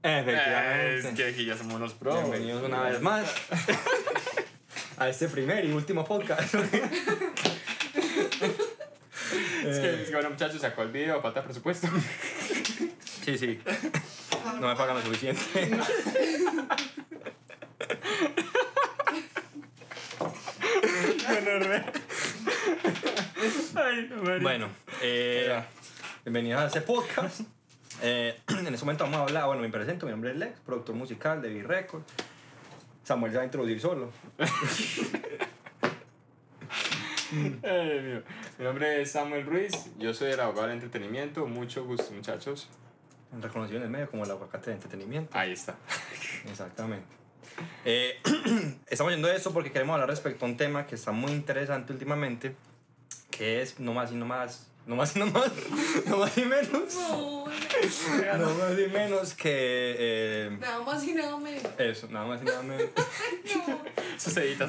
Efectivamente. Es que aquí ya somos unos pros. Bienvenidos una vez más a este primer y último podcast. Es que bueno, muchachos, sacó el video, falta presupuesto. Sí. No me pagan lo suficiente. Bueno, bienvenidos a este podcast. En este momento vamos a hablar, bueno, me presento, mi nombre es Lex, productor musical de B-Record. Samuel se va a introducir solo. Mi nombre es Samuel Ruiz, yo soy el abogado del entretenimiento, mucho gusto, muchachos. Reconocido en el medio como el aguacate de entretenimiento. Ahí está. Exactamente. Estamos yendo de esto porque queremos hablar respecto a un tema que está muy interesante últimamente, que es no más y menos No más y menos que nada más y nada menos. eso, nada más y nada menos. No. Sucedita.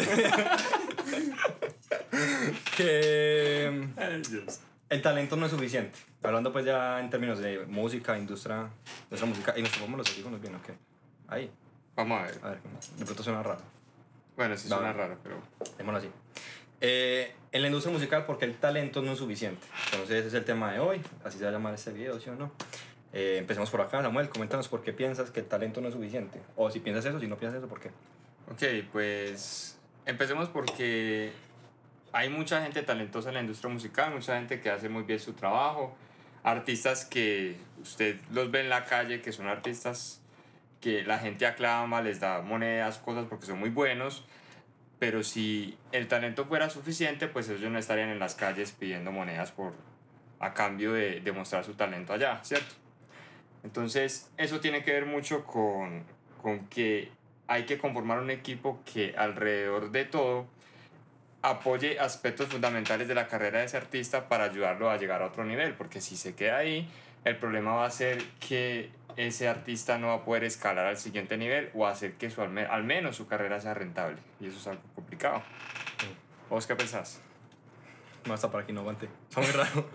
Que Ay, Dios. el talento no es suficiente. Hablando pues ya en términos de música, industria musical. Y nos tomamos los audífonos bien, ¿ok? Ahí. Vamos a ver. A ver, de pronto suena raro. Bueno, sí suena raro, pero... Démoslo así. En la industria musical, porque el talento no es suficiente. Entonces ese es el tema de hoy. Así se va a llamar este video, ¿sí o no? Empecemos por acá. Samuel, coméntanos por qué piensas que el talento no es suficiente. O si piensas eso, si no piensas eso, ¿por qué? Ok, pues empecemos porque hay mucha gente talentosa en la industria musical, mucha gente que hace muy bien su trabajo, artistas que usted los ve en la calle, que son artistas que la gente aclama, les da monedas, cosas porque son muy buenos, pero si el talento fuera suficiente, pues ellos no estarían en las calles pidiendo monedas a cambio de demostrar su talento allá, ¿cierto? Entonces eso tiene que ver mucho con que hay que conformar un equipo que alrededor de todo apoye aspectos fundamentales de la carrera de ese artista para ayudarlo a llegar a otro nivel, porque si se queda ahí, el problema va a ser que ese artista no va a poder escalar al siguiente nivel o hacer que al menos su carrera sea rentable, y eso es algo complicado. ¿Vos qué pensás? No, está por aquí, no aguante. Está muy raro.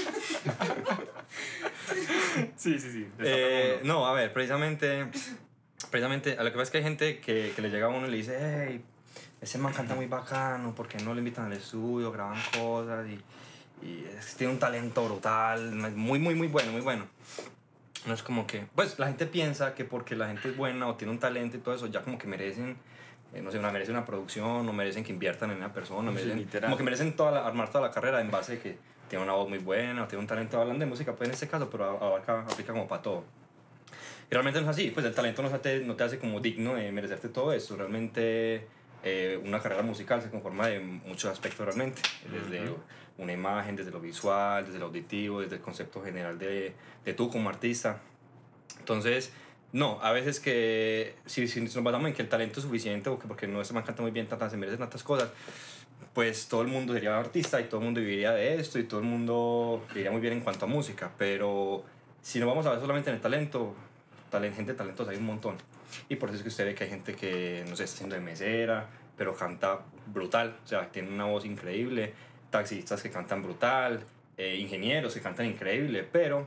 Sí. No, a ver, precisamente a lo que pasa es que hay gente que le llega a uno y le dice, hey, ese man canta muy bacano, ¿por qué no le invitan al estudio, graban cosas tiene un talento brutal, muy bueno. No es como que, pues la gente piensa que porque la gente es buena o tiene un talento y todo eso, ya como que merecen, no sé, merecen una producción, o merecen que inviertan en una persona, como que merecen armar toda la carrera en base de que tiene una voz muy buena o tiene un talento. Hablando de música, pues en este caso, pero aplica como para todo. Y realmente no es así, pues el talento no te hace como digno de merecerte todo eso. Realmente una carrera musical se conforma de muchos aspectos realmente, desde una imagen, desde lo visual, desde lo auditivo, desde el concepto general de tú como artista. Entonces, no, a veces que si nos basamos en que el talento es suficiente o que porque no se me canta muy bien, se merecen tantas cosas, pues todo el mundo sería artista y todo el mundo viviría de esto y todo el mundo viviría muy bien en cuanto a música. Pero si nos vamos a ver solamente en el talento, gente talentosa hay un montón. Y por eso es que usted ve que hay gente que, no sé, está haciendo de mesera, pero canta brutal, o sea, tiene una voz increíble, taxistas que cantan brutal, ingenieros que cantan increíble, pero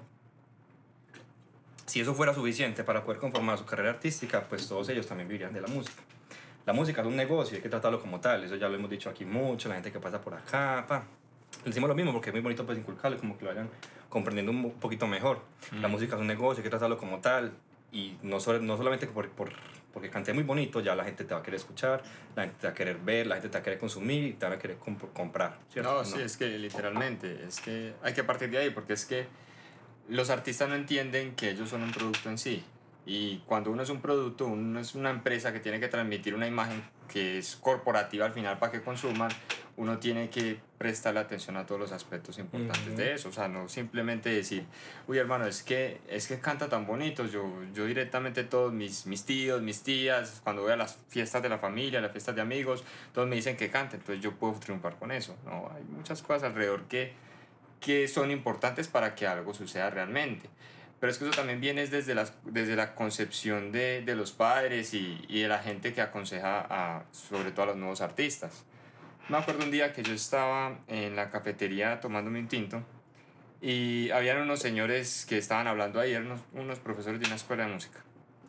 si eso fuera suficiente para poder conformar su carrera artística, pues todos ellos también vivirían de la música. La música es un negocio y hay que tratarlo como tal, eso ya lo hemos dicho aquí mucho, la gente que pasa por acá, le decimos lo mismo porque es muy bonito pues inculcarlo, como que lo vayan comprendiendo un poquito mejor. La música es un negocio, hay que tratarlo como tal, y no solamente porque canté muy bonito, ya la gente te va a querer escuchar, la gente te va a querer ver, la gente te va a querer consumir y te va a querer comprar, ¿cierto? No, sí, es que literalmente, es que hay que partir de ahí, porque es que los artistas no entienden que ellos son un producto en sí. Y cuando uno es un producto, uno es una empresa que tiene que transmitir una imagen que es corporativa al final para que consuman, uno tiene que prestarle atención a todos los aspectos importantes de eso. O sea, no simplemente decir, uy hermano, es que canta tan bonito. Yo directamente todos mis tíos, mis tías, cuando voy a las fiestas de la familia, las fiestas de amigos, todos me dicen que cante, entonces yo puedo triunfar con eso. No, hay muchas cosas alrededor que son importantes para que algo suceda realmente. Pero es que eso también viene desde la concepción de los padres y de la gente que aconseja sobre todo a los nuevos artistas. Me acuerdo un día que yo estaba en la cafetería tomándome un tinto Y habían unos señores que estaban hablando ahí, eran unos profesores de una escuela de música.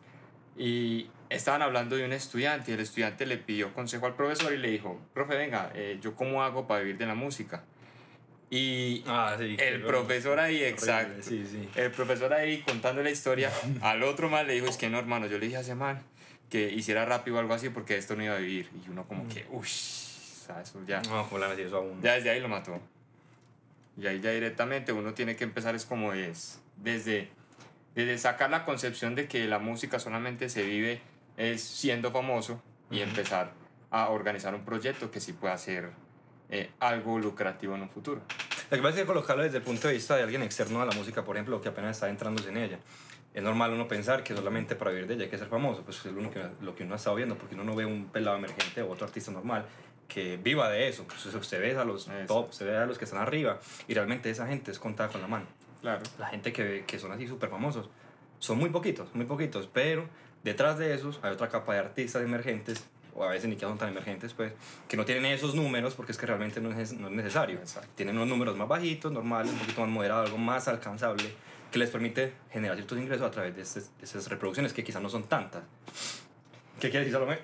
Y estaban hablando de un estudiante y el estudiante le pidió consejo al profesor y le dijo, profe, venga, ¿yo cómo hago para vivir de la música? Y Sí, el profesor ahí, horrible, exacto, sí. el profesor ahí contando la historia, al otro man le dijo, es que no, hermano, yo le dije a ese man que hiciera rápido o algo así porque esto no iba a vivir. Y uno como que, uff, eso ya, No, ¿cómo le van a decir eso a uno? ya desde ahí lo mató. Y ahí ya directamente uno tiene que empezar es como es, desde sacar la concepción de que la música solamente se vive es siendo famoso y empezar a organizar un proyecto que sí pueda ser algo lucrativo en un futuro. Lo que pasa es que colocarlo desde el punto de vista de alguien externo a la música, por ejemplo, que apenas está entrándose en ella. Es normal uno pensar que solamente para vivir de ella hay que ser famoso, pues es lo que uno ha estado viendo, porque uno no ve un pelado emergente o otro artista normal que viva de eso. Pues usted ve a los top, se ve a los que están arriba, y realmente esa gente es contada con la mano. Claro. La gente que son así súper famosos son muy poquitos, pero detrás de esos hay otra capa de artistas emergentes, o a veces ni que son tan emergentes, pues, que no tienen esos números porque es que realmente no es necesario. Exacto. Tienen unos números más bajitos, normales, un poquito más moderados, algo más alcanzable, que les permite generar ciertos ingresos a través de esas reproducciones que quizás no son tantas. ¿Qué quiere decir, Salomé?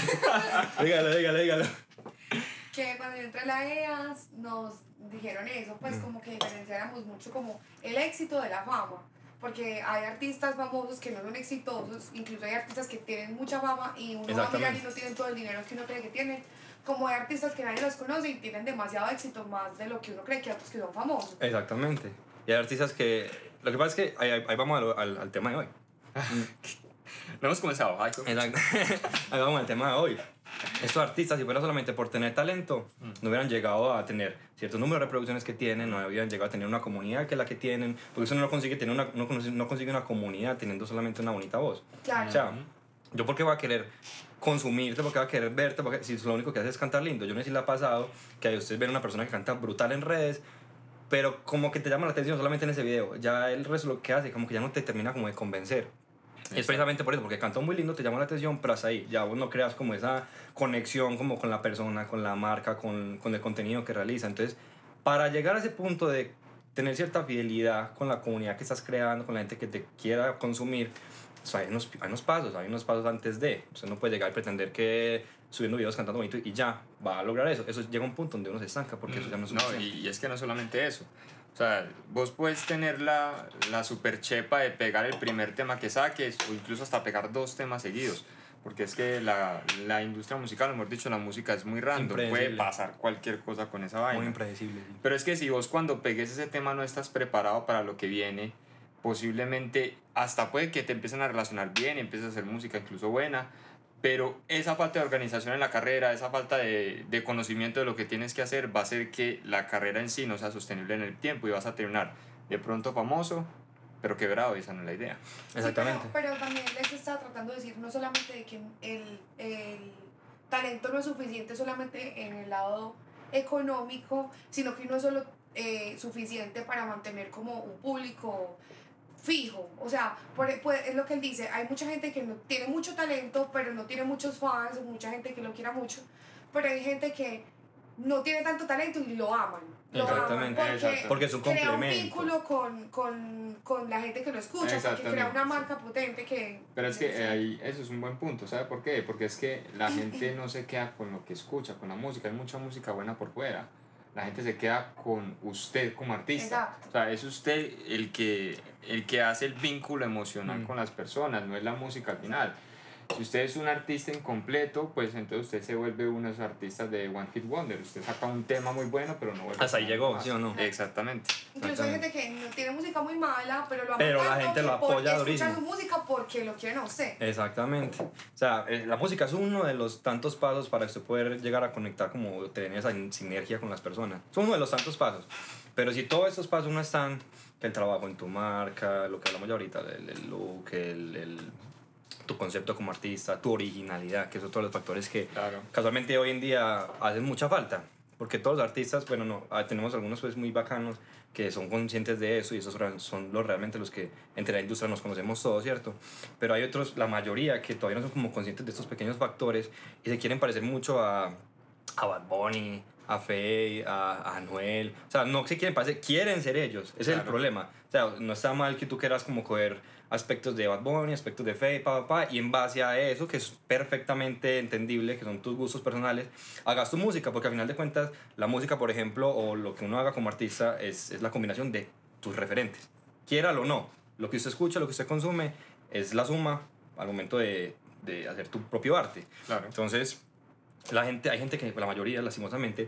dígalo. Que cuando yo entré a la EAS nos dijeron eso, pues como que diferenciáramos mucho como el éxito de la fama. Porque hay artistas famosos que no son exitosos, incluso hay artistas que tienen mucha fama y uno va a mirar y no tienen todo el dinero que uno cree que tienen. Como hay artistas que nadie los conoce y tienen demasiado éxito, más de lo que uno cree que otros que son famosos. Exactamente. Y hay artistas que... Lo que pasa es que ahí vamos al tema de hoy. No hemos comenzado. Ay, Exacto. Ahí vamos al tema de hoy. Estos artistas, si fuera solamente por tener talento, no hubieran llegado a tener ciertos números de reproducciones que tienen, no hubieran llegado a tener una comunidad que es la que tienen, porque eso no consigue tener no consigue una comunidad teniendo solamente una bonita voz. Claro. O sea, yo por qué voy a querer consumirte, porque voy a querer verte, porque si lo único que haces es cantar lindo. Yo no sé si le ha pasado que ustedes ven una persona que canta brutal en redes, pero como que te llama la atención solamente en ese video. Ya el resto lo que hace, como que ya no te termina como de convencer. Es precisamente por eso, porque cantó muy lindo, te llama la atención, pero hasta ahí, ya vos no creas como esa conexión como con la persona, con la marca, con el contenido que realiza. Entonces, para llegar a ese punto de tener cierta fidelidad con la comunidad que estás creando, con la gente que te quiera consumir, o sea, hay unos pasos antes de. Usted no puede llegar y pretender que subiendo videos cantando bonito y ya va a lograr eso. Eso llega a un punto donde uno se estanca porque eso ya no es suficiente. Y es que no solamente eso. O sea, vos puedes tener la super chepa de pegar el primer tema que saques o incluso hasta pegar 2 temas seguidos. Porque es que la industria musical, mejor dicho, la música es muy random. Puede pasar cualquier cosa con esa vaina. Muy impredecible. Sí. Pero es que si vos cuando pegues ese tema no estás preparado para lo que viene, posiblemente hasta puede que te empiecen a relacionar bien y empieces a hacer música incluso buena. Pero esa falta de organización en la carrera, esa falta de conocimiento de lo que tienes que hacer va a hacer que la carrera en sí no sea sostenible en el tiempo y vas a terminar de pronto famoso, pero quebrado, y esa no es la idea. Exactamente. Sí, pero también les estaba tratando de decir no solamente de que el talento no es suficiente solamente en el lado económico, sino que no es solo suficiente para mantener como un público fijo, o sea, es lo que él dice, hay mucha gente que no tiene mucho talento, pero no tiene muchos fans, o mucha gente que lo quiera mucho, pero hay gente que no tiene tanto talento y lo aman. Exactamente, porque es un complemento. Crea un vínculo con la gente que lo escucha, porque crea una marca potente que... Pero es que ahí, eso es un buen punto, ¿sabe por qué? Porque es que la gente no se queda con lo que escucha, con la música, hay mucha música buena por fuera. La gente se queda con usted como artista. Exacto. O sea, es usted el que hace el vínculo emocional con las personas, no es la música al final. Si usted es un artista incompleto, pues entonces usted se vuelve uno de esos artistas de One Hit Wonder. Usted saca un tema muy bueno, pero no vuelve hasta ahí llegó, ¿sí o no? Exactamente. Incluso hay gente que no tiene música muy mala, pero lo ama pero tanto la gente que lo apoya durísimo. escucha su música porque lo quieren a usted. Exactamente. O sea, la música es uno de los tantos pasos para usted poder llegar a conectar, como tener esa sinergia con las personas. Es uno de los tantos pasos. Pero si todos estos pasos no están, el trabajo en tu marca, lo que hablamos ya ahorita, el look, tu concepto como artista, tu originalidad, que son todos los factores que casualmente hoy en día hacen mucha falta. Porque todos los artistas, bueno, no, tenemos algunos pues muy bacanos que son conscientes de eso y esos son realmente los que entre la industria nos conocemos todos, ¿cierto? Pero hay otros, la mayoría, que todavía no son como conscientes de estos pequeños factores y se quieren parecer mucho a Bad Bunny, a Feid, a Anuel. O sea, no se quieren parecer, quieren ser ellos. Ese es el problema. O sea, no está mal que tú quieras como coger aspectos de Bad Bunny, aspectos de Feid, y en base a eso, que es perfectamente entendible, que son tus gustos personales, hagas tu música, porque al final de cuentas, la música, por ejemplo, o lo que uno haga como artista, es la combinación de tus referentes. Quiéralo o no, lo que usted escucha, lo que usted consume, es la suma al momento de hacer tu propio arte. Claro. Entonces, hay gente que, la mayoría, lastimosamente,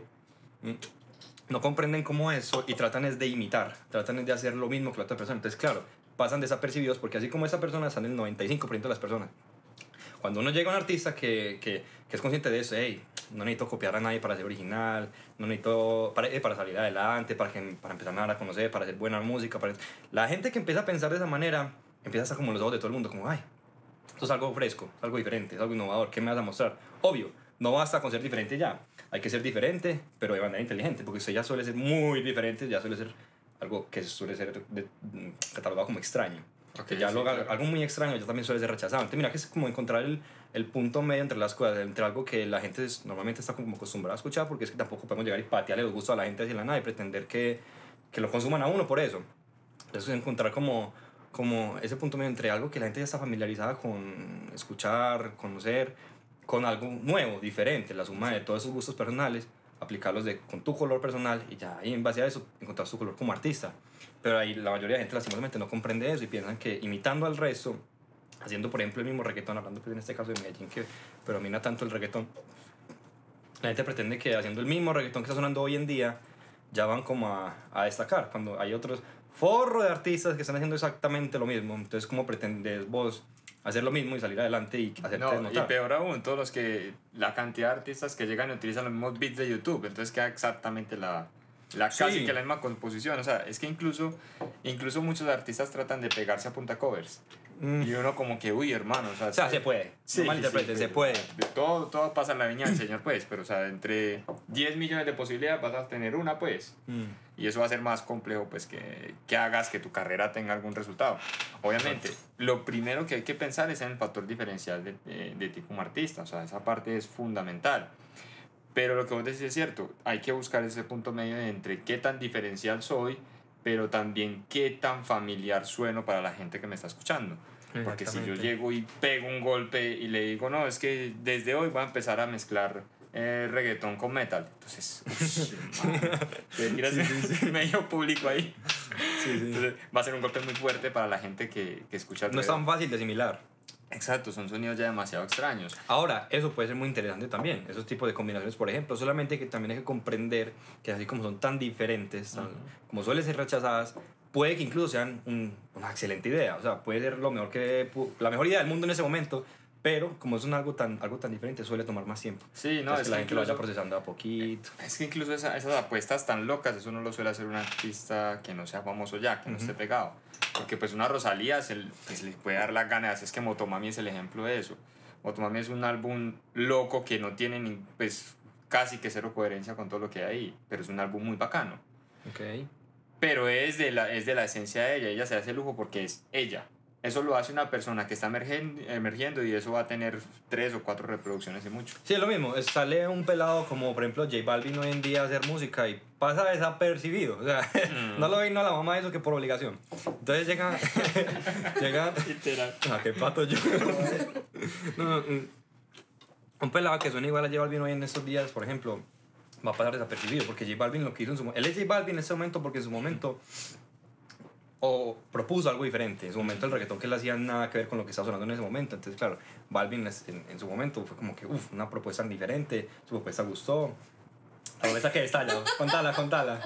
no comprenden cómo eso y tratan es de imitar, tratan es de hacer lo mismo que la otra persona. Entonces, claro, pasan desapercibidos porque así como esa persona están el 95% de las personas. Cuando uno llega a un artista que es consciente de eso, hey, no necesito copiar a nadie para ser original, no necesito para salir adelante, para empezar a dar a conocer, para hacer buena música. La gente que empieza a pensar de esa manera empieza a estar como en los ojos de todo el mundo, como, ay, esto es algo fresco, es algo diferente, es algo innovador, ¿qué me vas a mostrar? Obvio, no basta con ser diferente ya, hay que ser diferente, pero de manera inteligente, porque usted ya suele ser muy diferente, ya suele ser algo que suele ser catalogado como extraño. Okay, ya sí, claro. Algo muy extraño ya también suele ser rechazado. Entonces mira que es como encontrar el punto medio entre las cosas, entre algo que la gente normalmente está como acostumbrada a escuchar, porque es que tampoco podemos llegar y patearle los gustos a la gente así de la nada y pretender que lo consuman a uno por eso. Entonces es encontrar como ese punto medio entre algo que la gente ya está familiarizada con escuchar, conocer, con algo nuevo, diferente, la suma de todos esos gustos personales, aplicarlos con tu color personal y ya ahí en base a eso encontrar tu color como artista. Pero ahí la mayoría de gente lastimosamente no comprende eso y piensan que imitando al resto, haciendo por ejemplo el mismo reggaetón, hablando pues en este caso de Medellín que predomina tanto el reggaetón, la gente pretende que haciendo el mismo reggaetón que está sonando hoy en día ya van como a destacar, cuando hay otros forro de artistas que están haciendo exactamente lo mismo. Entonces ¿cómo pretendes vos hacer lo mismo y salir adelante y hacerte notar? Y peor aún, todos los que, la cantidad de artistas que llegan y utilizan los mismos beats de YouTube, entonces queda exactamente casi que la misma composición. O sea, es que incluso muchos artistas tratan de pegarse a punta covers. Y uno como que, uy, hermano, o sea se puede. Sí, no malinterpreten, se puede. Todo pasa en la viña del Señor, pues, pero o sea, entre 10 millones de posibilidades vas a tener una, pues. Y eso va a ser más complejo, pues, que hagas que tu carrera tenga algún resultado. Obviamente, lo primero que hay que pensar es en el factor diferencial de ti como artista, o sea, esa parte es fundamental. Pero lo que vos decís es cierto, hay que buscar ese punto medio entre qué tan diferencial soy, pero también qué tan familiar sueno para la gente que me está escuchando. Porque si yo llego y pego un golpe y le digo, no, es que desde hoy voy a empezar a mezclar reggaetón con metal, entonces te tiras medio público ahí. Entonces va a ser un golpe muy fuerte para la gente que escucha el reggaetón. No es tan fácil de asimilar. Exacto, son sonidos ya demasiado extraños. Ahora, eso puede ser muy interesante también, esos tipos de combinaciones, por ejemplo, solamente que también hay que comprender que así como son tan diferentes, como suelen ser rechazadas, puede que incluso sean una excelente idea, o sea, puede ser la mejor idea del mundo en ese momento, pero como es algo tan diferente, suele tomar más tiempo. Sí, no, es que la gente lo vaya procesando a poquito. Es que incluso esas apuestas tan locas, eso no lo suele hacer un artista que no sea famoso ya, que no esté pegado. Porque pues una Rosalía pues, le puede dar las ganas, es que Motomami es el ejemplo de eso. Motomami es un álbum loco que no tiene pues, casi que cero coherencia con todo lo que hay ahí, pero es un álbum muy bacano. Okay. Pero es de la esencia de ella se hace lujo porque es ella. Eso lo hace una persona que está emergiendo y eso va a tener 3 o 4 reproducciones y mucho. Sí, es lo mismo. Sale un pelado como, por ejemplo, J Balvin hoy en día a hacer música y pasa desapercibido. O sea, no lo ve no la mamá de eso que por obligación. Entonces llega... Literal. Qué pato yo. Un pelado que suena igual a J Balvin hoy en estos días, por ejemplo, va a pasar desapercibido porque J Balvin lo que hizo en su momento... Él es J Balvin en ese momento porque en su momento... o propuso algo diferente. En su momento el reggaetón que él hacía nada que ver con lo que estaba sonando en ese momento. Entonces, claro, Balvin en su momento fue como que, una propuesta diferente, su propuesta gustó. La promesa que estalla, contala.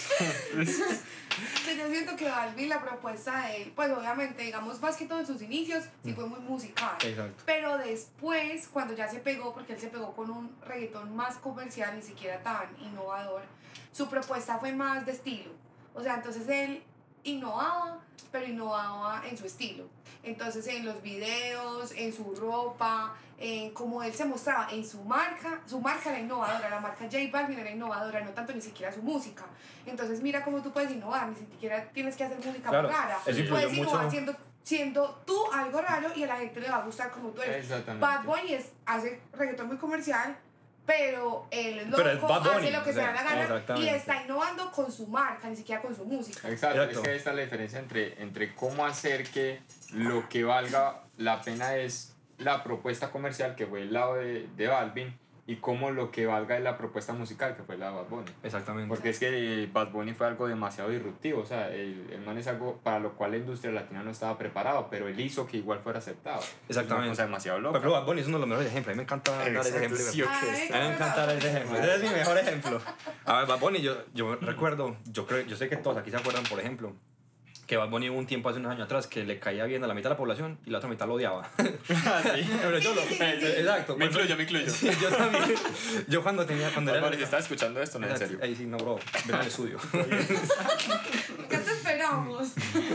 Yo siento que Balvin, la propuesta de él, pues obviamente, digamos, más que todo en sus inicios, sí fue muy musical. Exacto. Pero después, cuando ya se pegó, porque él se pegó con un reggaetón más comercial, ni siquiera tan innovador, su propuesta fue más de estilo. O sea, entonces él innovaba, pero innovaba en su estilo. Entonces en los videos, en su ropa, en cómo él se mostraba, en su marca era innovadora, la marca J Balvin era innovadora, no tanto ni siquiera su música. Entonces mira cómo tú puedes innovar, ni siquiera tienes que hacer música muy rara. Puedes innovar siendo tú algo raro y a la gente le va a gustar como tú eres. Exactamente. Bad Bunny hace reggaetón muy comercial, pero él es Pero es loco, Bad Bunny, hace lo que o se sea, da la gana y exactamente. está innovando con su marca, ni siquiera con su música. Exacto, Exacto. es que ahí está la diferencia entre cómo hacer que lo que valga la pena es la propuesta comercial, que fue el lado de Balvin, y cómo lo que valga es la propuesta musical, que fue la de Bad Bunny. Exactamente. Porque es que Bad Bunny fue algo demasiado disruptivo, o sea, el man es algo para lo cual la industria latina no estaba preparado, pero él hizo que igual fuera aceptado. Exactamente. Es una cosa demasiado Por loca. ejemplo, Bad Bunny es uno de los mejores ejemplos. A mí me encanta dar ese Exacto, ejemplo. sí, ok, Ay, está. A mí me encanta dar ese ejemplo. Ese es mi mejor ejemplo. A ver, Bad Bunny, yo recuerdo, yo sé que todos aquí se acuerdan, por ejemplo, que Bad Bunny hubo un tiempo hace unos años atrás que le caía bien a la mitad de la población y la otra mitad lo odiaba. Pero yo lo... Sí, sí, sí, sí. Exacto. Me incluyo. Sí, yo también. Yo cuando Bad Bunny, si estás escuchando esto, no, en serio. Ahí sí, no, bro. Vete al estudio. ¿Qué te esperamos?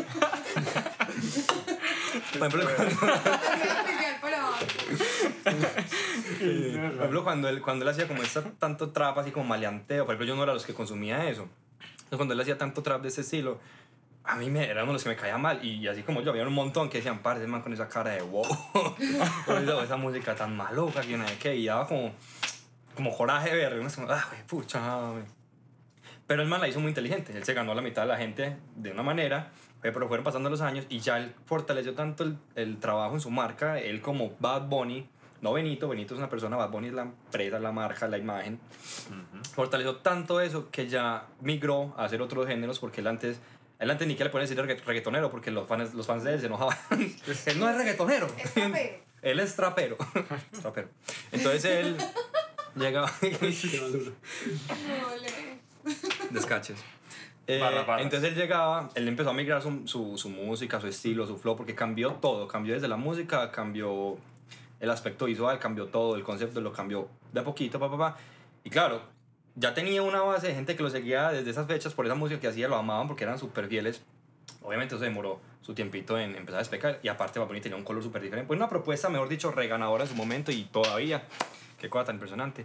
Por ejemplo, Especial para por ejemplo, cuando él hacía como tanto trap así como maleanteo, por ejemplo, yo no era de los que consumía eso. Entonces, cuando él hacía tanto trap de ese estilo, a mí era uno de los que me caía mal. Y así como yo, había un montón que decían, parce, man, con esa cara de wow. O esa música tan maluca que no sé qué. Y daba como coraje ver. Uno es como, güey, pucha, güey. Pero el man la hizo muy inteligente. Él se ganó a la mitad de la gente de una manera, pero fueron pasando los años y ya él fortaleció tanto el trabajo en su marca. Él como Bad Bunny, no Benito es una persona, Bad Bunny es la empresa, la marca, la imagen. Fortaleció tanto eso que ya migró a hacer otros géneros porque él antes ni que le ponen decir reggaetonero porque los fans de él se enojaban. Él no es reggaetonero. Es trapero. Él es trapero. Trapero. Entonces él llegaba... Ole. Descaches. Barras. Entonces él llegaba, él empezó a migrar su música, su estilo, su flow, porque cambió todo. Cambió desde la música, cambió el aspecto visual, cambió todo, el concepto lo cambió de a poquito, Y claro, ya tenía una base de gente que lo seguía desde esas fechas por esa música que hacía, lo amaban porque eran súper fieles. Obviamente eso demoró su tiempito en empezar a despegar y aparte Bad Bunny tenía un color súper diferente. Pues una propuesta, mejor dicho, reganadora en su momento y todavía. Qué cosa tan impresionante.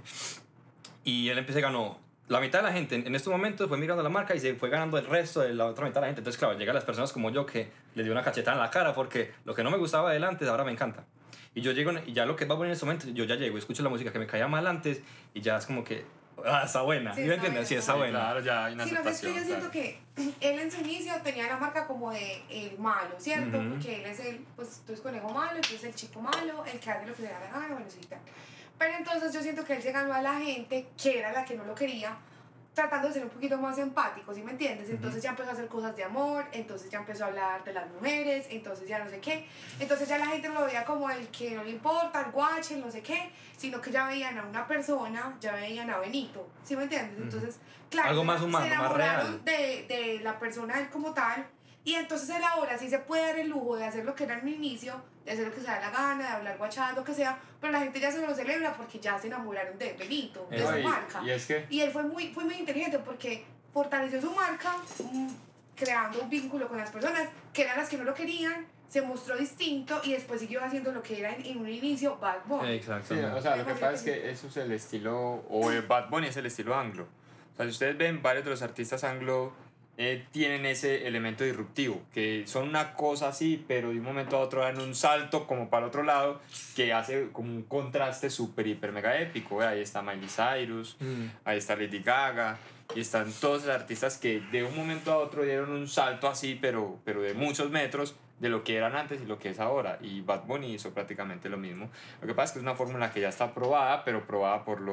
Y él ganó la mitad de la gente en estos momentos fue migrando a la marca y se fue ganando el resto de la otra mitad de la gente. Entonces, claro, llegan las personas como yo que les dio una cachetada en la cara porque lo que no me gustaba de él antes ahora me encanta. Y yo llego, y ya lo que va a poner en ese momento, yo ya llego, escucho la música que me caía mal antes y ya es como que, está buena. Sí, ¿Sí me está entiendes? Sí, buena. está buena. Claro, ya hay una Sino que es que aceptación. yo siento que él en su inicio tenía la marca como de el malo, ¿cierto? Ujú. Porque él es el, pues tú eres conejo malo, entonces el chico malo, el que hace lo que le da la gana, bueno, sí, tal. Pero entonces yo siento que él se ganó a la gente que era la que no lo quería, tratando de ser un poquito más empático, ¿sí me entiendes? Entonces ya empezó a hacer cosas de amor, entonces ya empezó a hablar de las mujeres, entonces ya no sé qué, entonces ya la gente no lo veía como el que no le importa, el guache, el no sé qué, sino que ya veían a una persona, ya veían a Benito, ¿sí me entiendes? Entonces, claro, Algo más humano, se más enamoraron de la persona él como tal, y entonces él ahora sí se puede dar el lujo de hacer lo que era en un inicio, de hacer lo que se da la gana, de hablar guachadas, lo que sea, pero la gente ya se lo celebra porque ya se enamoraron de Benito, de su marca. Y es que Y él fue muy inteligente porque fortaleció su marca, creando un vínculo con las personas que eran las que no lo querían, se mostró distinto y después siguió haciendo lo que era en un inicio Bad Bunny. Exacto. sí, o sea, lo que pasa es que eso es el estilo, o el Bad Bunny es el estilo anglo. O sea, si ustedes ven, varios de los artistas anglo tienen ese elemento disruptivo, que son una cosa así, pero de un momento a otro dan un salto como para el otro lado, que hace como un contraste súper, hiper, mega épico. Ahí está Miley Cyrus, ahí está Lady Gaga, y están todos los artistas que de un momento a otro dieron un salto así, pero de muchos metros, de lo que eran antes y lo que es ahora. Y Bad Bunny hizo prácticamente lo mismo. Lo que pasa es que es una fórmula que ya está probada, pero probada por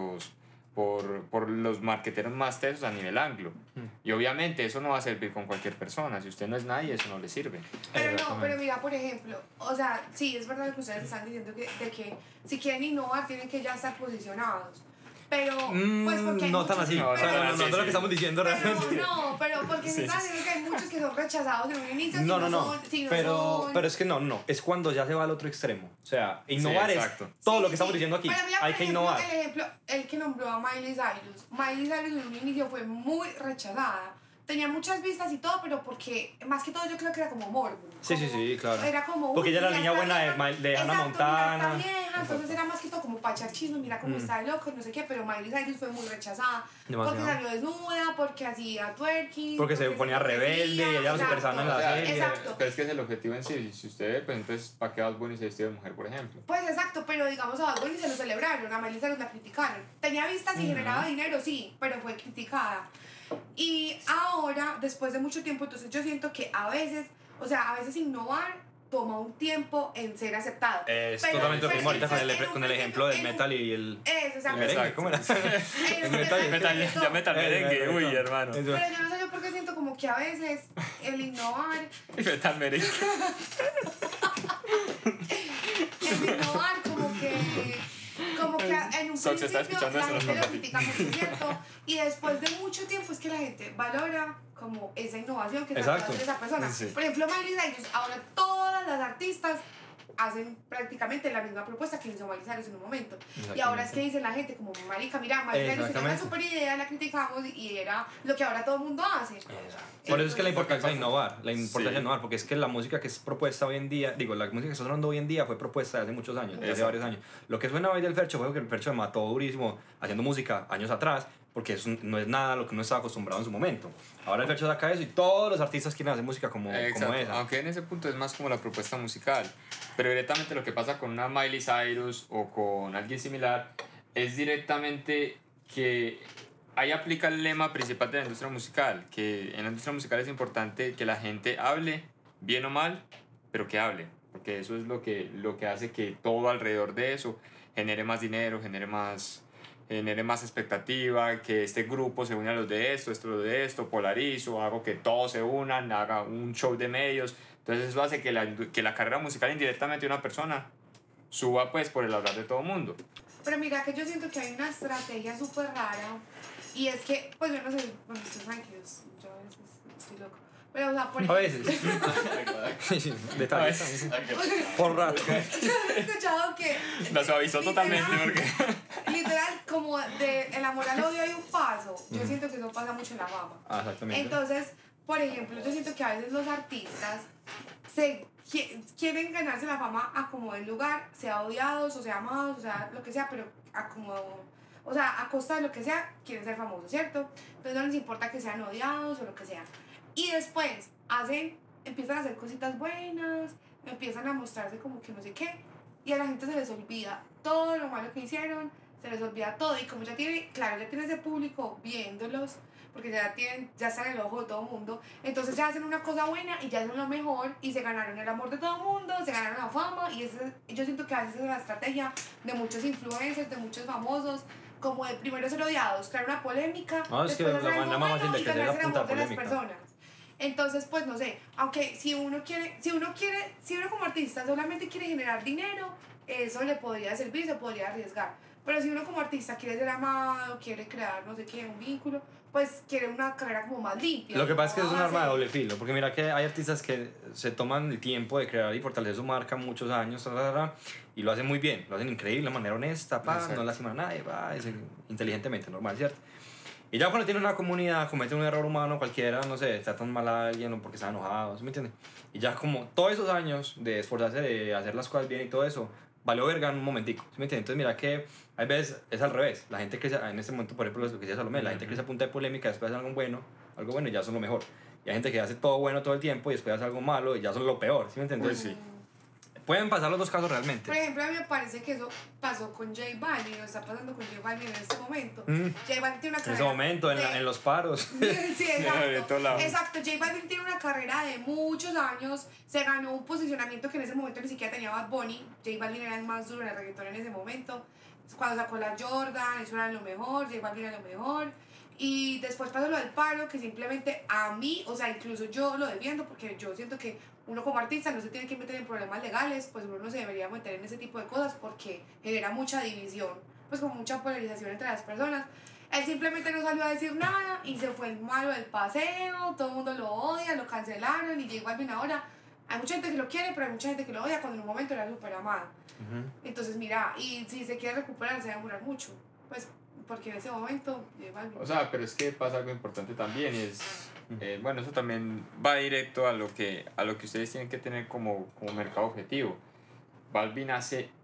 los marqueteros más tesos a nivel anglo. Y obviamente eso no va a servir con cualquier persona. Si usted no es nadie, eso no le sirve. Pero no, pero mira, por ejemplo, o sea, sí, es verdad que ustedes están diciendo de que si quieren innovar tienen que ya estar posicionados. Pero, pues porque hay no tan muchos- así. No, O sea, no, sí, es lo sí. que estamos diciendo realmente. Pero no, pero porque Sí, se está sí, diciendo que hay muchos que son rechazados en un inicio. No, si no. son- si no Pero son- es que no. Es cuando ya se va al otro extremo. O sea, innovar es exacto. todo Sí, lo que estamos sí. diciendo aquí. Pero mira, Hay por que ejemplo, innovar. El ejemplo, el que nombró a Miley Cyrus. Miley Cyrus en un inicio fue muy rechazada. Tenía muchas vistas y todo, pero porque, más que todo, yo creo que era como morbo. Sí, como- claro. Era como. Porque uy, ella era la mira niña esta buena vieja- de Hannah exacto, mira Montana. esta vieja, entonces era más que todo como para echar chisme, mira cómo está de loco, no sé qué, pero Miley Cyrus fue muy rechazada. Demasiado. Porque salió desnuda, porque hacía twerking. Porque se ponía rebelde y ella lo super sana en la serie. Exacto. Pero es que es el objetivo en sí. Si usted ve, pues entonces, ¿para qué Bad Bunny se vestido de mujer, por ejemplo? Pues exacto, pero digamos a Bad Bunny se lo celebraron, a Miley Cyrus la criticaron. Tenía vistas y generaba dinero, sí, pero fue criticada. Y ahora, después de mucho tiempo, entonces yo siento que a veces innovar toma un tiempo en ser aceptado. Es Pero- totalmente lo mismo ahorita pero- con el ejemplo del metal y el Exacto. merengue, ¿cómo era? El metal merengue, uy, hermano. Eso. Pero yo no sé yo por qué siento como que a veces el innovar, Metal merengue. como que en un Sox está principio escuchando la eso, gente no lo me critica mucho, ¿cierto? Y después de mucho tiempo es que la gente valora como esa innovación que trató de Exacto. hacer esa persona. Sí. Por ejemplo, Miley Cyrus, ahora todas las artistas hacen prácticamente la misma propuesta que hizo Miley Cyrus en un momento. Y ahora es que dice la gente como, marica, mira, Miley Cyrus tenía una super idea, la criticamos y era lo que ahora todo el mundo hace. Por eso es que la importancia de innovar, Sí. innovar, porque es que la música que es propuesta hoy en día, la música que está sonando hoy en día fue propuesta hace muchos años, hace Exacto. varios años. Lo que suena hoy del Fercho fue que el Fercho me mató durísimo haciendo música años atrás, porque no es nada a lo que uno estaba acostumbrado en su momento. Ahora el Fercho saca eso y todos los artistas quieren hacer música como Exacto, esa. aunque en ese punto es más como la propuesta musical, pero directamente lo que pasa con una Miley Cyrus o con alguien similar es directamente que ahí aplica el lema principal de la industria musical, que en la industria musical es importante que la gente hable, bien o mal, pero que hable, porque eso es lo que hace que todo alrededor de eso genere más dinero, genere más expectativa, que este grupo se une a los de de esto, polarizo, hago que todos se unan, haga un show de medios. Entonces eso hace que la carrera musical indirectamente de una persona suba pues por el hablar de todo el mundo. Pero mira que yo siento que hay una estrategia súper rara y es que, pues yo no sé, bueno, ustedes saben que yo a veces estoy loco. Pero, o sea, por A veces. Sí, detalles. Por rato. yo he escuchado que La suavizó totalmente porque... literal, como de el amor al odio hay un paso. Yo siento que eso pasa mucho en la fama. Ah, exactamente. Entonces, por ejemplo, yo siento que a veces los artistas quieren ganarse la fama a como del lugar, sea odiados o sea amados, o sea lo que sea, pero a como, o sea, a costa de lo que sea, quieren ser famosos, ¿cierto? Entonces no les importa que sean odiados o lo que sea. Y después empiezan a hacer cositas buenas, empiezan a mostrarse como que no sé qué, y a la gente se les olvida todo lo malo que hicieron, se les olvida todo, y como ya tiene ese público viéndolos, porque ya están en el ojo de todo el mundo, entonces ya hacen una cosa buena y ya hacen lo mejor, y se ganaron el amor de todo el mundo, se ganaron la fama, y yo siento que a veces es la estrategia de muchos influencers, de muchos famosos, como de primero ser odiados, crear una polémica, No, es que después la hacer manera algo más fácil bueno de y crecer es ganarse el apuntar amor de las polémica. personas. Entonces, pues no sé, aunque si uno como artista solamente quiere generar dinero, eso le podría servir, se podría arriesgar. Pero si uno como artista quiere ser amado, quiere crear no sé qué, un vínculo, pues quiere una carrera como más limpia. Lo que pasa es que es un más arma de doble filo, porque mira que hay artistas que se toman el tiempo de crear y fortalecer su marca muchos años, y lo hacen muy bien, lo hacen increíble, de manera honesta, no lastima a nadie, inteligentemente, normal, ¿cierto? Y ya cuando tiene una comunidad, comete un error humano cualquiera, no sé, tratan mal a alguien o porque está enojado, ¿sí me entiendes? Y ya como todos esos años de esforzarse, de hacer las cosas bien y todo eso, valió verga en un momentico, ¿sí me entiendes? Entonces mira que hay veces es al revés, la gente crece, en este momento por ejemplo lo que decía Salomé, la gente crece a punta de polémica, después hace algo bueno y ya son lo mejor. Y hay gente que hace todo bueno todo el tiempo y después hace algo malo y ya son lo peor, ¿sí me entiendes? Pues sí. Pueden pasar los dos casos realmente. Por ejemplo, a mí me parece que eso pasó con J Balvin, o está pasando con J Balvin en este momento. J Balvin tiene una En carrera ese momento, en los paros. Sí, De exacto. todo lado. Exacto, J Balvin tiene una carrera de muchos años, se ganó un posicionamiento que en ese momento ni siquiera tenía Bad Bunny. J Balvin era el más duro en el reggaetón en ese momento. Cuando sacó la Jordan, eso era lo mejor, J Balvin era lo mejor. Y después pasó lo del paro, que simplemente a mí, o sea, incluso yo lo defiendo, porque yo siento que uno como artista no se tiene que meter en problemas legales, pues uno no se debería meter en ese tipo de cosas porque genera mucha división, pues como mucha polarización entre las personas. Él simplemente no salió a decir nada y se fue el malo del paseo, todo el mundo lo odia, lo cancelaron y J Balvin ahora, hay mucha gente que lo quiere, pero hay mucha gente que lo odia cuando en un momento era súper amado. Entonces mira, y si se quiere recuperar se va a demorar mucho, pues porque en ese momento J Balvin... O sea, pero es que pasa algo importante también y es... bueno, eso también va directo a lo que ustedes tienen que tener como mercado objetivo. Balvin hace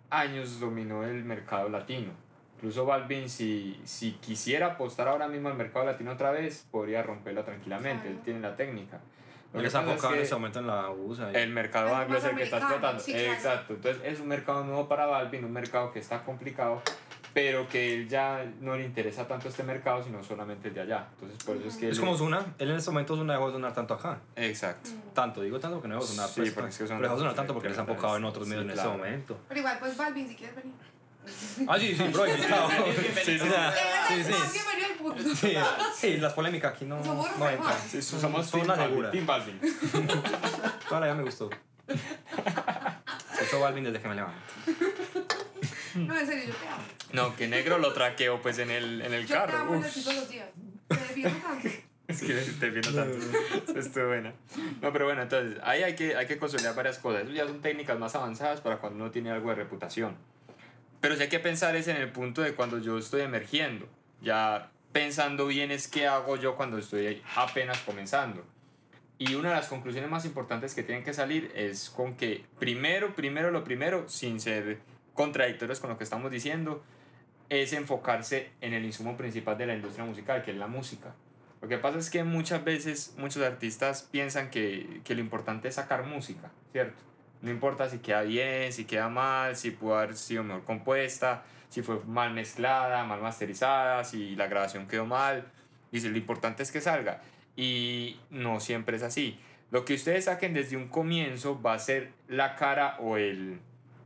años dominó el mercado latino. Incluso Balvin, si quisiera apostar ahora mismo al mercado latino otra vez, podría romperlo tranquilamente, Claro. él tiene la técnica. Lo Él que está pasa es enfocado en que ese momento en la USA. el mercado Es anglo es más el que está americano, explotando. sí, claro. Exacto, entonces es un mercado nuevo para Balvin, un mercado que está complicado, pero que él ya no le interesa tanto este mercado, sino solamente el de allá. Entonces por eso es que Es como Ozuna. Él en este momento Ozuna dejó de sonar tanto acá. Exacto. Tanto, digo tanto porque no dejó de sonar. Sí, Pues, porque es que son- pero dejó de sonar tanto porque él se ha tienen- enfocado en otros sí, medios en claro. este momento. Pero igual, pues Balvin, si quieres venir. Ah, sí, bro, invitado. Sí, sí. O sea, sí, sí. Bienvenido al punto. Sí, sí, las polémicas aquí no, Somos no entran. Sí, somos Son Team una Balvin, segura. Team Balvin. Toda la vida me gustó. Escucho Balvin desde que me levanto. No, en serio, yo te amo. No, que negro lo traqueo pues en el Yo te carro. amo Uf. así todos los días. Te defiendo tanto. Es que te viendo tanto. Eso estuvo buena. No, pero bueno, entonces, ahí hay que consolidar varias cosas. Eso ya son técnicas más avanzadas para cuando uno tiene algo de reputación. Pero sí hay que pensar es en el punto de cuando yo estoy emergiendo. Ya pensando bien es qué hago yo cuando estoy apenas comenzando. Y una de las conclusiones más importantes que tienen que salir es con que primero, sin ser contradictorios con lo que estamos diciendo, es enfocarse en el insumo principal de la industria musical, que es la música. Lo que pasa es que muchas veces muchos artistas piensan que lo importante es sacar música, ¿cierto? No importa si queda bien, si queda mal, si pudo haber sido mejor compuesta, si fue mal mezclada, mal masterizada, si la grabación quedó mal. Dice, lo importante es que salga. Y no siempre es así. Lo que ustedes saquen desde un comienzo va a ser la cara o el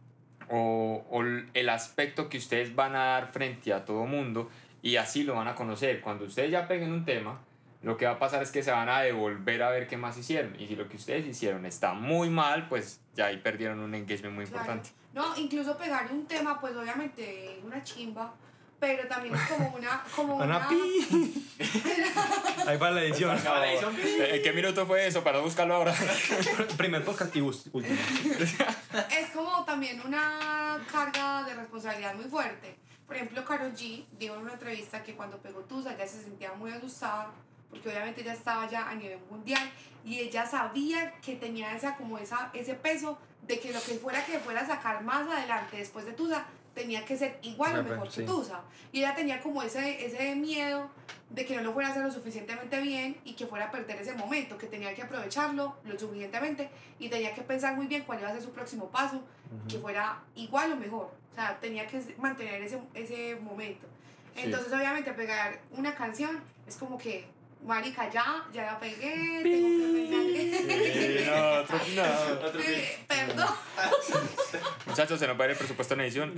aspecto que ustedes van a dar frente a todo mundo y así lo van a conocer. Cuando ustedes ya peguen un tema, lo que va a pasar es que se van a devolver a ver qué más hicieron. Y si lo que ustedes hicieron está muy mal, pues ya ahí perdieron un engagement muy Claro. importante. No, incluso pegar un tema, pues obviamente es una chimba, pero también es como una pi. Ahí va la edición. ¿Qué minuto fue eso? Para buscarlo ahora. Primer podcast y último. es como también una carga de responsabilidad muy fuerte. Por ejemplo, Karol G dijo en una entrevista que cuando pegó Tusa ella se sentía muy asustada porque obviamente ella estaba ya a nivel mundial y ella sabía que tenía ese peso de que lo que fuera a sacar más adelante después de Tusa tenía que ser igual o mejor que Sí. Tusa. Y ella tenía como ese miedo de que no lo fuera a hacer lo suficientemente bien y que fuera a perder ese momento, que tenía que aprovecharlo lo suficientemente y tenía que pensar muy bien cuál iba a ser su próximo paso, que fuera igual o mejor. O sea, tenía que mantener ese momento. Sí. Entonces, obviamente, pegar una canción es como que, marica, ya la pegué, tengo que pegarle. Perdón. Muchachos, se nos va a ir el presupuesto en edición.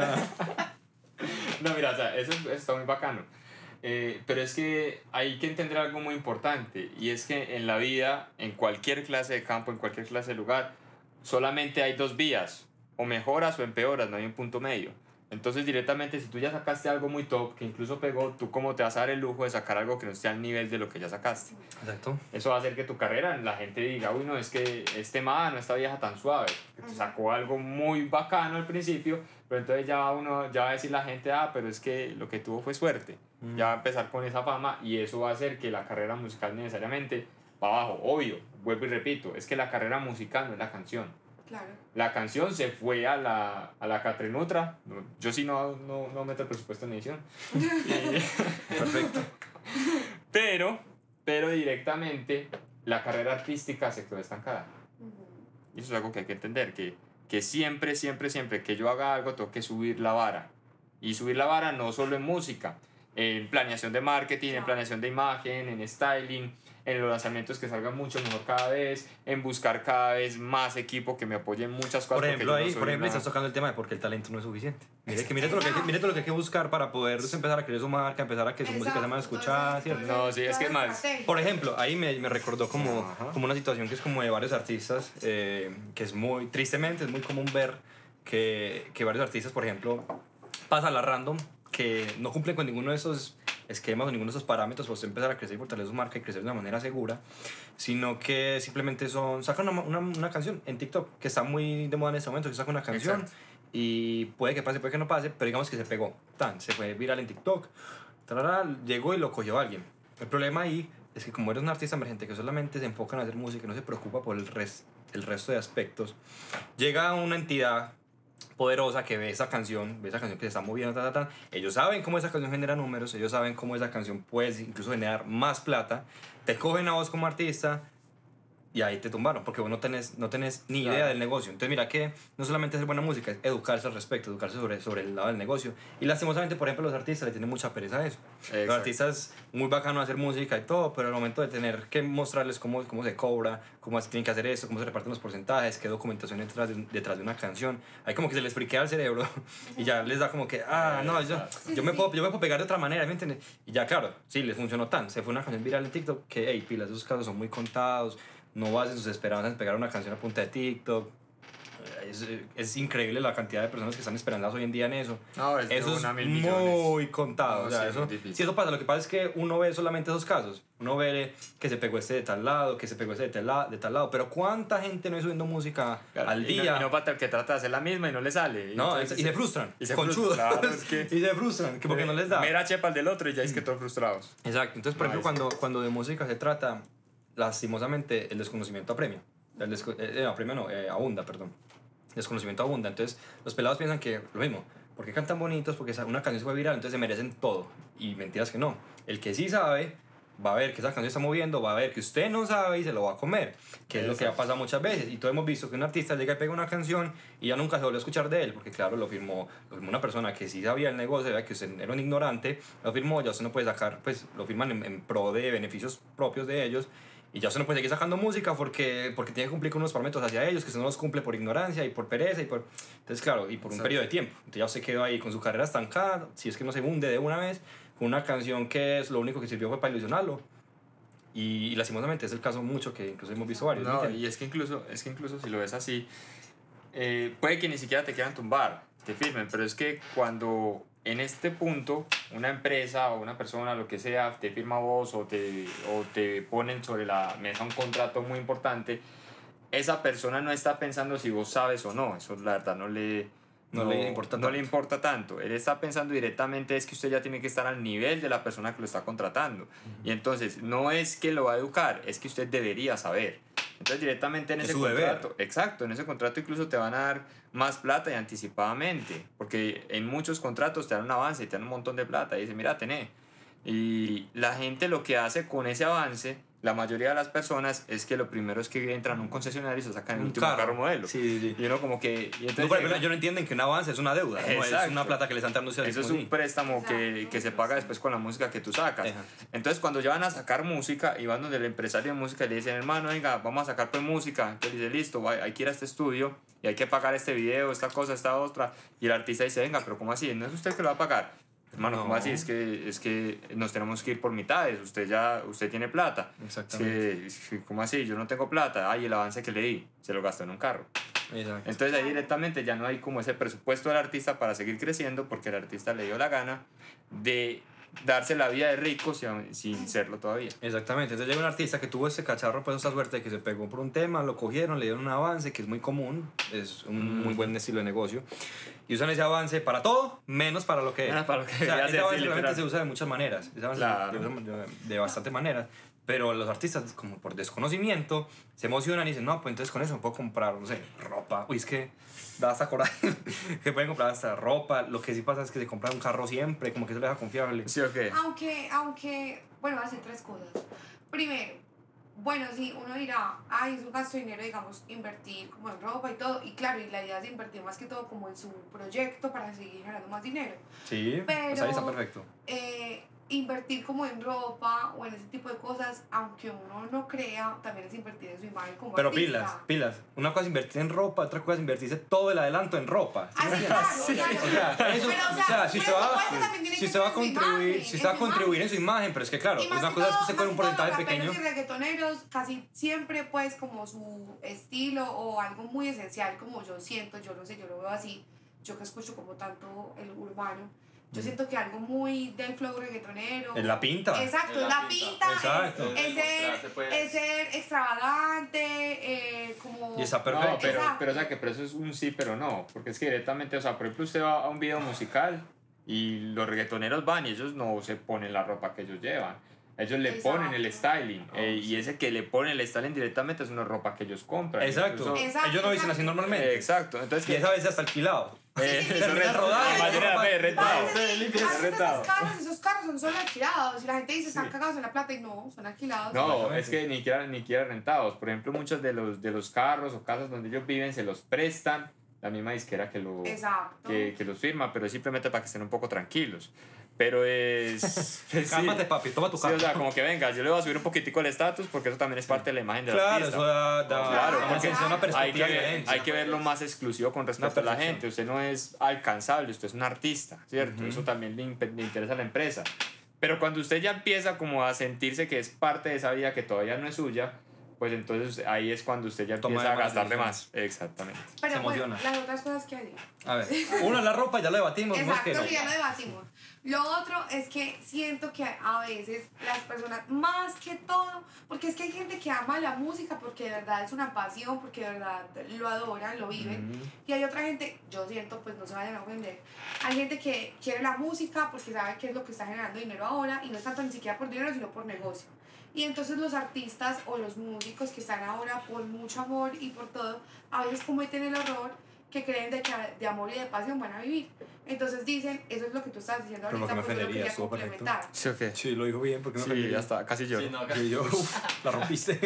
No, mira, o sea, eso está muy bacano. Pero es que hay que entender algo muy importante y es que en la vida, en cualquier clase de campo, en cualquier clase de lugar, solamente hay dos vías, o mejoras o empeoras, no hay un punto medio. Entonces directamente si tú ya sacaste algo muy top, que incluso pegó, tú cómo te vas a dar el lujo de sacar algo que no esté al nivel de lo que ya sacaste. Exacto. Eso va a hacer que tu carrera, la gente diga, uy, no, es que este man, esta vieja tan suave, que te sacó algo muy bacano al principio, pero entonces ya va a decir la gente, pero es que lo que tuvo fue suerte. Ya va a empezar con esa fama y eso va a hacer que la carrera musical necesariamente va abajo. Obvio, vuelvo y repito, es que la carrera musical no es la canción. Claro. La canción se fue a la Catrinutra. Yo sí no meto el presupuesto en edición. Perfecto. Pero directamente la carrera artística se quedó estancada. Y eso es algo que hay que entender, que siempre que yo haga algo tengo que subir la vara. Y subir la vara no solo en música, en planeación de marketing, en planeación de imagen, en styling, en los lanzamientos que salgan mucho mejor cada vez, en buscar cada vez más equipo que me apoye en muchas cosas. Por ejemplo, porque yo no soy estás tocando el tema de por qué el talento no es suficiente. Mire todo lo que hay que buscar para poder empezar a crear su marca, empezar a que su música sea más escuchada, ¿cierto? No, sí, es que es más. Por ejemplo, ahí me recordó como una situación que es como de varios artistas, que es muy, tristemente, es muy común ver que varios artistas, por ejemplo, pasan a la random, que no cumplen con ninguno de esos esquemas o ninguno de esos parámetros para usted empezar a crecer y fortalecer su marca y crecer de una manera segura, sino que simplemente sacan una canción en TikTok, que está muy de moda en este momento, que saca una canción. Exacto. Y puede que pase, puede que no pase, pero digamos que se pegó, se fue viral en TikTok, llegó y lo cogió alguien. El problema ahí es que como eres un artista emergente que solamente se enfoca en hacer música y no se preocupa por el resto de aspectos, llega una entidad poderosa que ve esa canción que se está moviendo, ellos saben cómo esa canción genera números, ellos saben cómo esa canción puede incluso generar más plata, te cogen a vos como artista y ahí te tumbaron, porque vos no tenés ni idea del negocio. Entonces mira que no solamente hacer buena música, es educarse al respecto, educarse sobre el lado del negocio. Y lastimosamente, por ejemplo, los artistas le tienen mucha pereza a eso. Exacto. Los artistas, muy bacano hacer música y todo, pero al momento de tener que mostrarles cómo se cobra, cómo tienen que hacer eso, cómo se reparten los porcentajes, qué documentación hay detrás de una canción, ahí como que se les friquea el cerebro y ya les da como que, no, yo me puedo pegar de otra manera, ¿me entiendes? Y ya, claro, sí, les funcionó tan. Se fue una canción viral en TikTok que, hey, pilas, esos casos son muy contados. No basen sus esperanzas en pegar una canción a punta de TikTok. Es increíble la cantidad de personas que están esperando hoy en día en eso. No, es eso de es muy contado. No, o sea, sí, eso, difícil. si eso pasa, lo que pasa es que uno ve solamente esos casos. Uno ve que se pegó este de tal lado, que se pegó este de tal lado. Pero ¿cuánta gente no es subiendo música al día? Y no falta el que trata de hacer la misma y no le sale. No, y se frustran. Y se conchudos. frustran, claro, es que y se frustran, que porque no les da. Mera chepa al del otro y ya es que todos frustrados. Exacto. Entonces, por ejemplo, cuando de música se trata, lastimosamente el desconocimiento apremia. Abunda, perdón. Desconocimiento abunda. Entonces, los pelados piensan que lo mismo. ¿Por qué cantan bonitos? Porque una canción se fue viral, entonces se merecen todo. Y mentiras que no. El que sí sabe va a ver que esa canción está moviendo, va a ver que usted no sabe y se lo va a comer. Que es lo que ha pasado muchas veces. Y todos hemos visto que un artista llega y pega una canción y ya nunca se volvió a escuchar de él. Porque claro, lo firmó una persona que sí sabía el negocio, sabía que usted era un ignorante. Lo firmó, ya usted no puede sacar, pues lo firman en pro de beneficios propios de ellos. Y ya usted no puede seguir sacando música porque tiene que cumplir con unos parámetros hacia ellos que usted no los cumple por ignorancia y por pereza y por... Entonces, claro, y por un periodo de tiempo. Entonces ya usted quedó ahí con su carrera estancada, si es que no se hunde de una vez, con una canción que es lo único que sirvió fue para ilusionarlo. Y lastimosamente es el caso mucho que incluso hemos visto varios. No, y es que incluso si lo ves así, puede que ni siquiera te quieran tumbar, te firmen, pero es que cuando en este punto una empresa o una persona, lo que sea, te firma a vos o te ponen sobre la mesa un contrato muy importante, esa persona no está pensando si vos sabes o no, eso la verdad no le importa tanto. Él está pensando directamente es que usted ya tiene que estar al nivel de la persona que lo está contratando. Y entonces no es que lo va a educar, es que usted debería saber. Entonces directamente en ese contrato, exacto, en ese contrato incluso te van a dar más plata y anticipadamente, porque en muchos contratos te dan un avance y te dan un montón de plata y dicen, mira, tené. Y la gente lo que hace con ese avance, la mayoría de las personas, es que lo primero es que entran a un concesionario y se sacan el último carro modelo. Sí. Y uno como que... Y entonces no, pero ellos no entienden que un avance es una deuda, no es una plata que les están dando. Eso es un préstamo que se paga después con la música que tú sacas. Entonces cuando ya van a sacar música y van donde el empresario de música y le dicen, hermano, venga, vamos a sacar pues música. Entonces dice, listo, hay que ir a este estudio y hay que pagar este video, esta cosa, esta otra. Y el artista dice, venga, pero ¿cómo así? ¿No es usted que lo va a pagar? Hermano, ¿cómo así? Es que nos tenemos que ir por mitades. Usted tiene plata. Exactamente. ¿Cómo así? Yo no tengo plata. Ay, el avance que le di, se lo gastó en un carro. Exacto. Entonces ahí directamente ya no hay como ese presupuesto del artista para seguir creciendo porque el artista le dio la gana de darse la vida de rico sin serlo todavía. Exactamente. Entonces llega un artista que tuvo ese cacharro, pues esa suerte de que se pegó por un tema, lo cogieron, le dieron un avance que es muy común, es un muy buen estilo de negocio. Y usan ese avance para todo, menos para lo que... Para lo que ese avance realmente literal. se usa de muchas maneras. Ese avance se usa de bastantes maneras. Pero los artistas, como por desconocimiento, se emocionan y dicen, no, pues entonces con eso me puedo comprar, no sé, ropa. Uy, es que da hasta coraje que pueden comprar hasta ropa. Lo que sí pasa es que se compran un carro siempre, como que eso les da confiable. ¿Sí o qué? Aunque, bueno, hace tres cosas. Primero, bueno, sí, uno dirá, ay, es un gasto de dinero, digamos, invertir como en ropa y todo. Y claro, y la idea es invertir más que todo como en su proyecto para seguir generando más dinero. Sí, pero, pues ahí está perfecto. Invertir como en ropa o en ese tipo de cosas, aunque uno no crea, también es invertir en su imagen como pero artista. pilas. Una cosa es invertir en ropa, otra cosa es invertirse todo el adelanto en ropa. Ah, sí, claro, si usted va a contribuir en su imagen, pero es que claro, una cosa es que usted con un porcentaje pequeño. Los reggaetoneros casi siempre pues como su estilo o algo muy esencial como yo siento, yo no sé, yo lo veo así, yo que escucho como tanto el urbano. Yo siento que algo muy del flow reggaetonero. Es la pinta. Exacto, es la pinta. Exacto. Es ser extravagante, como... Y está perfecto. No, pero o sea, que pero eso es un sí, pero no. Porque es que directamente, o sea, por ejemplo, usted va a un video musical y los reggaetoneros van y ellos no se ponen la ropa que ellos llevan. Ellos le ponen el styling. Y ese que le ponen el styling directamente es una ropa que ellos compran. Exacto. Ellos no dicen así normalmente. Exacto. Entonces, y esa vez está alquilado. Termina rodado. La mayoría de rentado. Esos carros son alquilados y la gente dice están cagados en la plata y no, son alquilados. No, es que ni siquiera rentados. Por ejemplo, muchos de los carros o casas donde ellos viven se los prestan la misma disquera que los firma, pero es simplemente para que estén un poco tranquilos. Pero es... Cálmate, papi, toma tu carro. Sí, o sea, como que venga, yo le voy a subir un poquitico el estatus porque eso también es parte de la imagen del artista. Eso da Claro, porque es una perspectiva hay que verlo más exclusivo con respecto a la gente. Usted no es alcanzable, usted es un artista, ¿cierto? Eso también le interesa a la empresa. Pero cuando usted ya empieza como a sentirse que es parte de esa vida que todavía no es suya, pues entonces ahí es cuando usted ya empieza a gastar de más. Exactamente. Pero se bueno, emociona. las otras cosas que hay. A ver, uno, la ropa, ya lo debatimos. Exacto, no es que ya lo debatimos. Lo otro es que siento que a veces las personas, más que todo, porque es que hay gente que ama la música porque de verdad es una pasión, porque de verdad lo adoran, lo viven. Y hay otra gente, yo siento, pues no se vayan a ofender, hay gente que quiere la música porque sabe que es lo que está generando dinero ahora y no es tanto ni siquiera por dinero, sino por negocio. Y entonces los artistas o los músicos que están ahora por mucho amor y por todo, a veces cometen el error que creen de que de amor y de pasión van a vivir. Entonces dicen, eso es lo que tú estás diciendo Pero ahorita, porque me porque yo lo quería estuvo perfecto. complementar. ¿Sí o qué? Sí, lo dijo bien, porque no Sí, ya está, casi lloro. Sí, no, Y yo, la rompiste.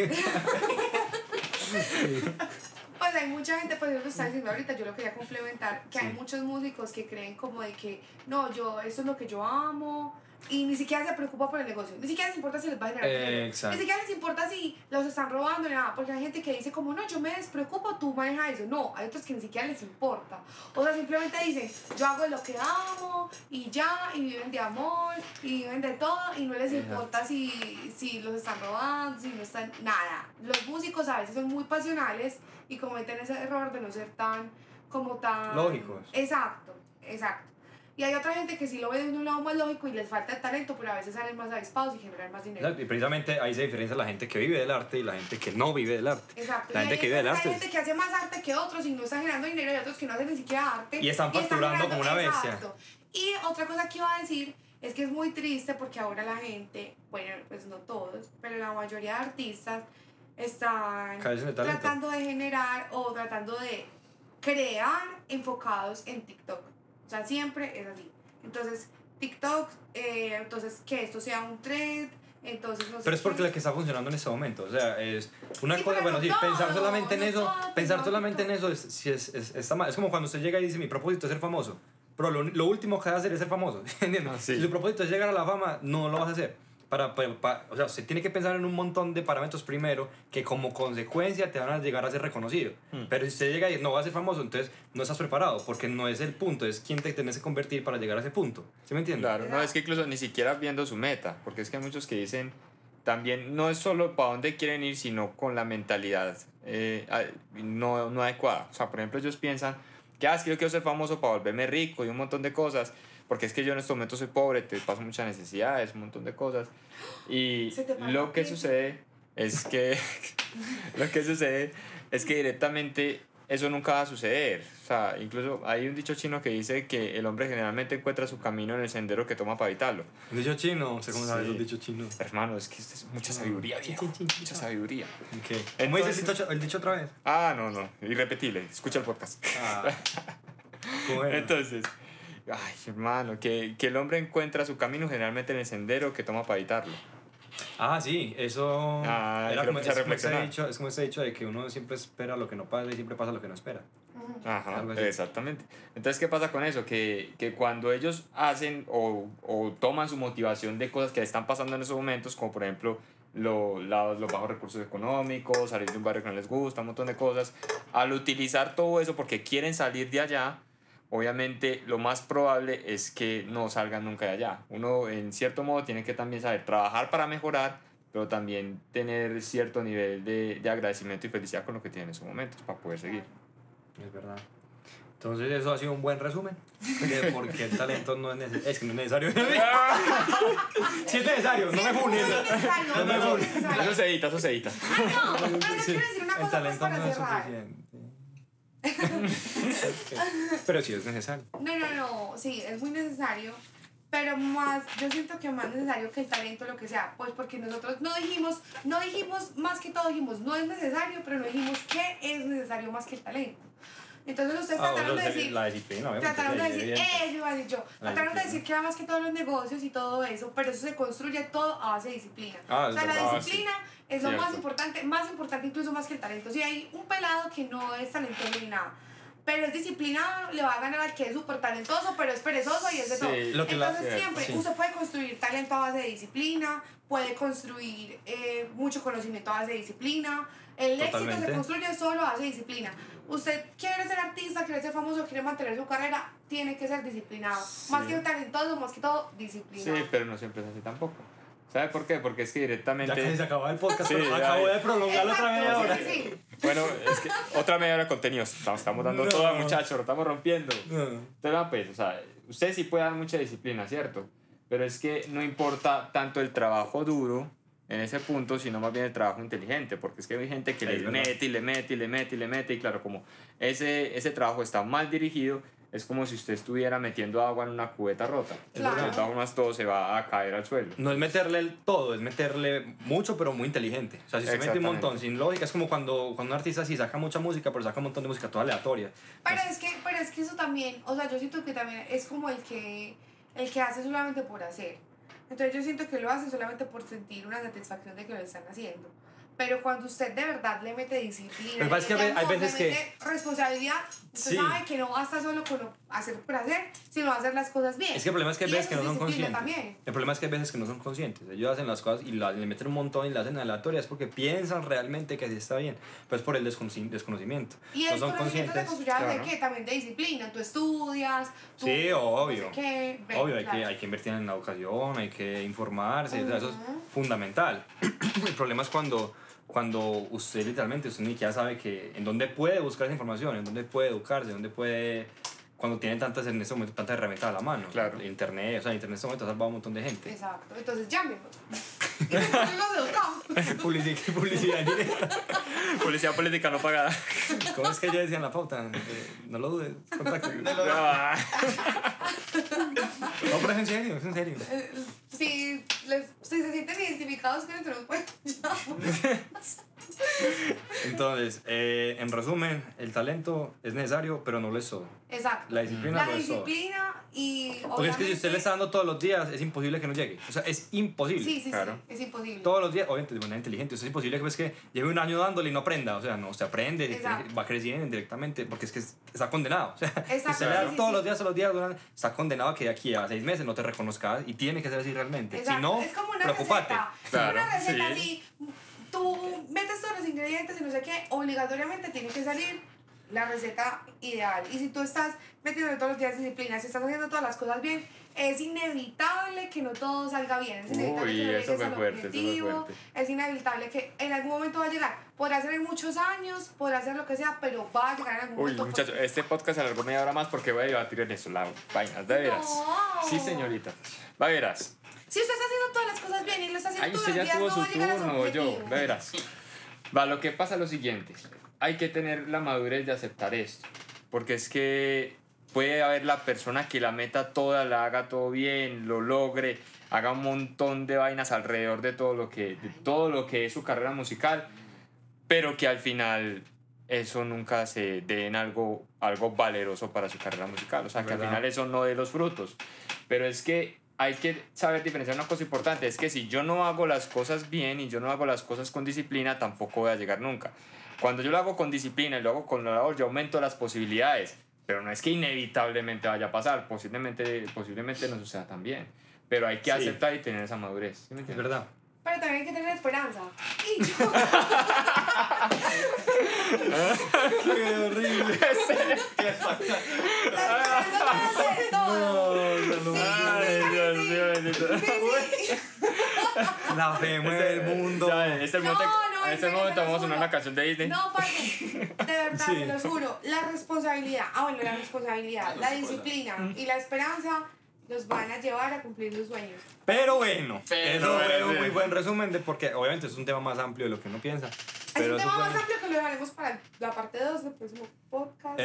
Pues hay mucha gente, pues eso lo está diciendo ahorita, yo lo quería complementar, que hay muchos músicos que creen como de que, no, eso es lo que yo amo, y ni siquiera se preocupa por el negocio, ni siquiera les importa si les va a generar dinero, Exacto. ni siquiera les importa si los están robando ni nada, porque hay gente que dice como, no, yo me despreocupo, tú manejas eso, no, hay otros que ni siquiera les importa, o sea, simplemente dicen, yo hago lo que amo, y ya, y viven de amor, y viven de todo, y no les importa si los están robando, si no están, nada. Los músicos a veces son muy pasionales y cometen ese error de no ser tan lógicos. Exacto. Y hay otra gente que sí lo ve de un lado más lógico y les falta el talento, pero a veces salen más avispados y generan más dinero. Exacto, y precisamente ahí se diferencia la gente que vive del arte y la gente que no vive del arte. Exacto. La gente que vive del arte. Hay gente que hace más arte que otros y no está generando dinero, y otros que no hacen ni siquiera arte. Y están facturando como una bestia. Exacto. Y otra cosa que iba a decir es que es muy triste porque ahora la gente, bueno, pues no todos, pero la mayoría de artistas están tratando de generar o tratando de crear enfocados en TikTok. O sea, siempre es así. Entonces, TikTok, entonces que esto sea un trend, entonces no sé. Pero es porque la que está funcionando en este momento. O sea, es una Sí, cosa, pero bueno, sí, no pensar todo, solamente en no eso, todo, pensar no solamente en todo. eso está mal. Es como cuando usted llega y dice, mi propósito es ser famoso. Pero lo último que vas a hacer es ser famoso. ¿Entiendes? Sí. Si su propósito es llegar a la fama, no lo vas a hacer. O sea, usted tiene que pensar en un montón de parámetros primero que como consecuencia te van a llegar a ser reconocido. Pero si usted llega y no va a ser famoso, entonces no estás preparado, porque no es el punto, es quién te tenés que convertir para llegar a ese punto. ¿Sí me entiendes? Claro, no, es que incluso ni siquiera viendo su meta, porque es que hay muchos que dicen, también no es solo para dónde quieren ir, sino con la mentalidad no adecuada. O sea, por ejemplo, ellos piensan que es que yo quiero ser famoso para volverme rico y un montón de cosas, porque es que yo en estos momentos soy pobre, te paso muchas necesidades, un montón de cosas. Y lo que sucede es que directamente eso nunca va a suceder. O sea, incluso hay un dicho chino que dice que el hombre generalmente encuentra su camino en el sendero que toma para evitarlo. ¿Un dicho chino? No sé cómo sabes Sí. los dichos chinos. Hermano, es que esto es mucha sabiduría, viejo. Mucha sabiduría. Okay. ¿Cómo dice el dicho otra vez? Ah, no, irrepetible. Escucha el podcast. Bueno. Entonces, ay, hermano, que el hombre encuentra su camino generalmente en el sendero que toma para evitarlo. Ah, sí, eso Era como esa reflexión. Es como ese dicho de que uno siempre espera lo que no pasa y siempre pasa lo que no espera. Ajá, Algo así. exactamente. Entonces, ¿qué pasa con eso? Que cuando ellos hacen o toman su motivación de cosas que están pasando en esos momentos, como por ejemplo los bajos recursos económicos, salir de un barrio que no les gusta, un montón de cosas, al utilizar todo eso porque quieren salir de allá, obviamente lo más probable es que no salgan nunca de allá. Uno en cierto modo tiene que también saber trabajar para mejorar, pero también tener cierto nivel de agradecimiento y felicidad con lo que tiene en esos momentos para poder seguir. Es verdad. Entonces eso ha sido un buen resumen de por qué el talento no es necesario. Es que no es necesario. Sí es necesario, no me funes. No me funes. Eso se edita. No, pero yo quiero decir una El cosa más talento para no es cerrar. suficiente. Pero sí es necesario. No, sí, es muy necesario, pero más, yo siento que más necesario que el talento, lo que sea, pues porque nosotros no dijimos más que todo, dijimos no es necesario, pero no dijimos qué es necesario más que el talento. Entonces ustedes trataron de decir... La disciplina, obviamente. Trataron de decir, evidente. eso iba a decir yo. Trataron de decir que era más que todos los negocios y todo eso, pero eso se construye todo a base de disciplina. Ah, O sea, la verdad, disciplina es lo más Cierto. importante incluso más que el talento. Si hay un pelado que no es talentoso ni nada, pero es disciplinado, le va a ganar al que es súper talentoso, pero es perezoso y es de todo. Sí, Lo que Entonces cierto, siempre sí. usted puede construir talento a base de disciplina, puede construir mucho conocimiento a base de disciplina. El éxito Totalmente. se construye solo a base de disciplina. Usted quiere ser artista, quiere ser famoso, quiere mantener su carrera, tiene que ser disciplinado. Sí. Más que talentoso, más que todo, disciplinado. Sí, pero no siempre es así tampoco. ¿Sabe por qué? Porque es que Ya directamente... casi se acababa el podcast, Sí, pero ya, acabo ya. de prolongarlo otra media Exacto, hora. sí, sí, sí. Bueno, es que otra media hora de contenido. Estamos dando No. toda, muchachos, lo estamos rompiendo. No. Entonces, va, pues, o sea, usted sí puede dar mucha disciplina, ¿cierto? Pero es que no importa tanto el trabajo duro en ese punto, sino más bien el trabajo inteligente, porque es que hay gente que Es le verdad. mete y le mete y le mete y le mete, y claro, como ese trabajo está mal dirigido, es como si usted estuviera metiendo agua en una cubeta rota. Claro. De todas formas, todo se va a caer al suelo. No es meterle el todo, es meterle mucho, pero muy inteligente. O sea, si se mete un montón Exactamente. sin lógica, es como cuando un artista sí saca mucha música, pero saca un montón de música toda aleatoria. Pero es que eso también, o sea, yo siento que también es como el que hace solamente por hacer. Entonces yo siento que lo hace solamente por sentir una satisfacción de que lo están haciendo. Pero cuando usted de verdad le mete disciplina, Lo que pasa es que le mete hay amor, veces le que- mete responsabilidad, usted Sí. sabe que no basta solo con hacer por hacer, sino hacer las cosas bien. Es que el problema es que hay Y veces eso que no es son disciplina conscientes. también. El problema es que hay veces que no son conscientes. Ellos hacen las cosas y le meten un montón y las hacen aleatorias porque piensan realmente que así está bien. Pues por el desconocimiento. Y No el son conocimiento se conscientes. construye a base claro. de qué, también de disciplina. Tú estudias, tú Sí, obvio. no sé qué, ve, Obvio, claro. hay que invertir en la educación, hay que informarse, o sea, eso es Ujú. fundamental. El problema es cuando usted literalmente, usted ni siquiera sabe que, en dónde puede buscar esa información, en dónde puede educarse, en dónde puede, cuando tiene tantas, en este momento, tantas herramientas a la mano. Claro. Internet, o sea, Internet en este momento ha salvado a un montón de gente. Exacto, entonces llámenos. Y nosotros los educamos. Publicidad directa. Policía política no pagada. ¿Cómo es que ella decía en la pauta? No lo dudes, contacto. Ah. No, pero es en serio, es en serio. Si se sienten identificados con nosotros, pues Entonces, en resumen, el talento es necesario, pero no lo es todo. exacto. La disciplina La lo es todo. disciplina y Porque es que si usted le está obviamente- dando todos los días, es imposible que no llegue. O sea, es imposible. Sí, sí, Claro. sí, es imposible. Todos los días, obviamente de manera inteligente. O sea, es imposible que, pues, que lleve un año dándole y no aprenda. O sea, no, se aprende, Exacto. va creciendo indirectamente, porque es que está condenado. O sea, Exacto, usted le da sí, sí, todos sí. los días, está condenado a que de aquí a 6 meses no te reconozcas y tiene que ser así realmente. Exacto. Si no, es como una preocupate. receta. Claro, Una receta sí. así. Tú metes todos los ingredientes y no sé qué, obligatoriamente tiene que salir la receta ideal. Y si tú estás metiendo todos los días disciplina, si estás haciendo todas las cosas bien, es inevitable que no todo salga bien. Es inevitable Uy, que no eso llegues fue al fuerte, eso fue objetivo. fuerte. Es inevitable que en algún momento va a llegar. Podrá ser en muchos años, podrá ser lo que sea, pero va a llegar en algún Uy, momento. muchachos, este podcast se alargó media hora más porque voy a debatir en eso, la vaina, de veras. No. Sí, señorita. Va, verás. Si usted está haciendo todas las cosas bien y lo está haciendo Ay, todos usted los ya días, tuvo no su va a llegar a su turno, yo, objetivo. de veras. Va, lo que pasa es lo siguiente. Hay que tener la madurez de aceptar esto. Porque es que puede haber la persona que la meta toda, la haga todo bien, lo logre, haga un montón de vainas alrededor de todo lo que es su carrera musical, pero que al final eso nunca se dé en algo valeroso para su carrera musical. O sea, que al ¿Verdad? final eso no dé los frutos. Pero es que hay que saber diferenciar una cosa importante, es que si yo no hago las cosas bien y yo no hago las cosas con disciplina, tampoco voy a llegar nunca. Cuando yo lo hago con disciplina y lo hago con labor, yo aumento las posibilidades, pero no es que inevitablemente vaya a pasar, posiblemente no suceda tan bien, pero hay que Sí. aceptar y tener esa madurez. ¿Sí me Es entiendes? verdad. Pero también hay que tener esperanza. Y yo, Qué horrible. la esperanza lo hace todo. Sí, Ay, Dios mío, bendito. sí, sí. La fe mueve el mundo. Ya, en este momento, No, en en este serio, momento te lo vamos a sonar juro. una canción de Disney. No, parce, de verdad, Sí. se los juro. La responsabilidad, la responsabilidad, la disciplina y la esperanza los van a llevar a cumplir sus sueños. Pero bueno, Pero eso fue bueno, un sí. muy buen resumen de porque obviamente es un tema más amplio de lo que uno piensa. Es Pero un eso tema fue- más amplio que lo dejaremos para la parte 2 del próximo podcast.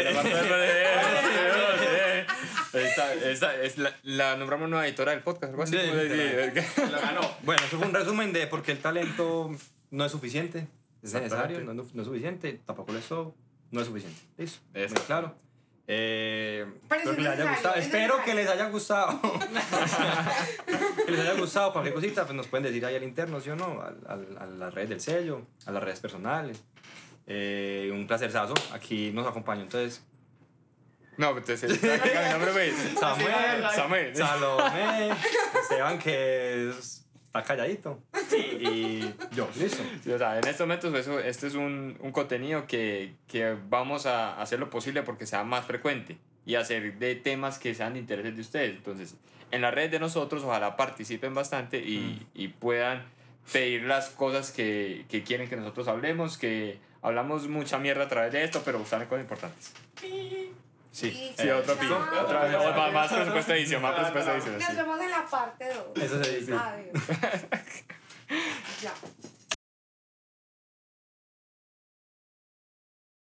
Esta es la nombramos nueva editora del podcast, algo así. Sí, Sí, Lo ganó. Bueno, eso fue un resumen de por qué el talento no es suficiente, es necesario, Exactamente. no es suficiente, tampoco lo es todo. no es suficiente. Listo. Eso. Muy claro. Espero que les haya necesario, gustado. es Espero necesario. que les haya gustado. Que les haya gustado. Cualquier cosita, pues nos pueden decir ahí al interno, ¿sí o no? A las redes del sello, a las redes personales. Un placerzazo. Aquí nos acompañó entonces No, entonces, mi nombre pues. Samuel. Salomé, Esteban, que está calladito. Y yo, listo. Sí, o sea, en estos momentos este es un contenido que vamos a hacer lo posible porque sea más frecuente y hacer de temas que sean de interés de ustedes. Entonces, en la red de nosotros, ojalá participen bastante y puedan pedir las cosas que quieren que nosotros hablemos, que hablamos mucha mierda a través de esto, pero salen cosas importantes. Sí. Sí, otro pico. Más presupuesto de edición, más presupuesto de edición. Nos Sí. vemos en la parte 2. Eso se dice. Adiós.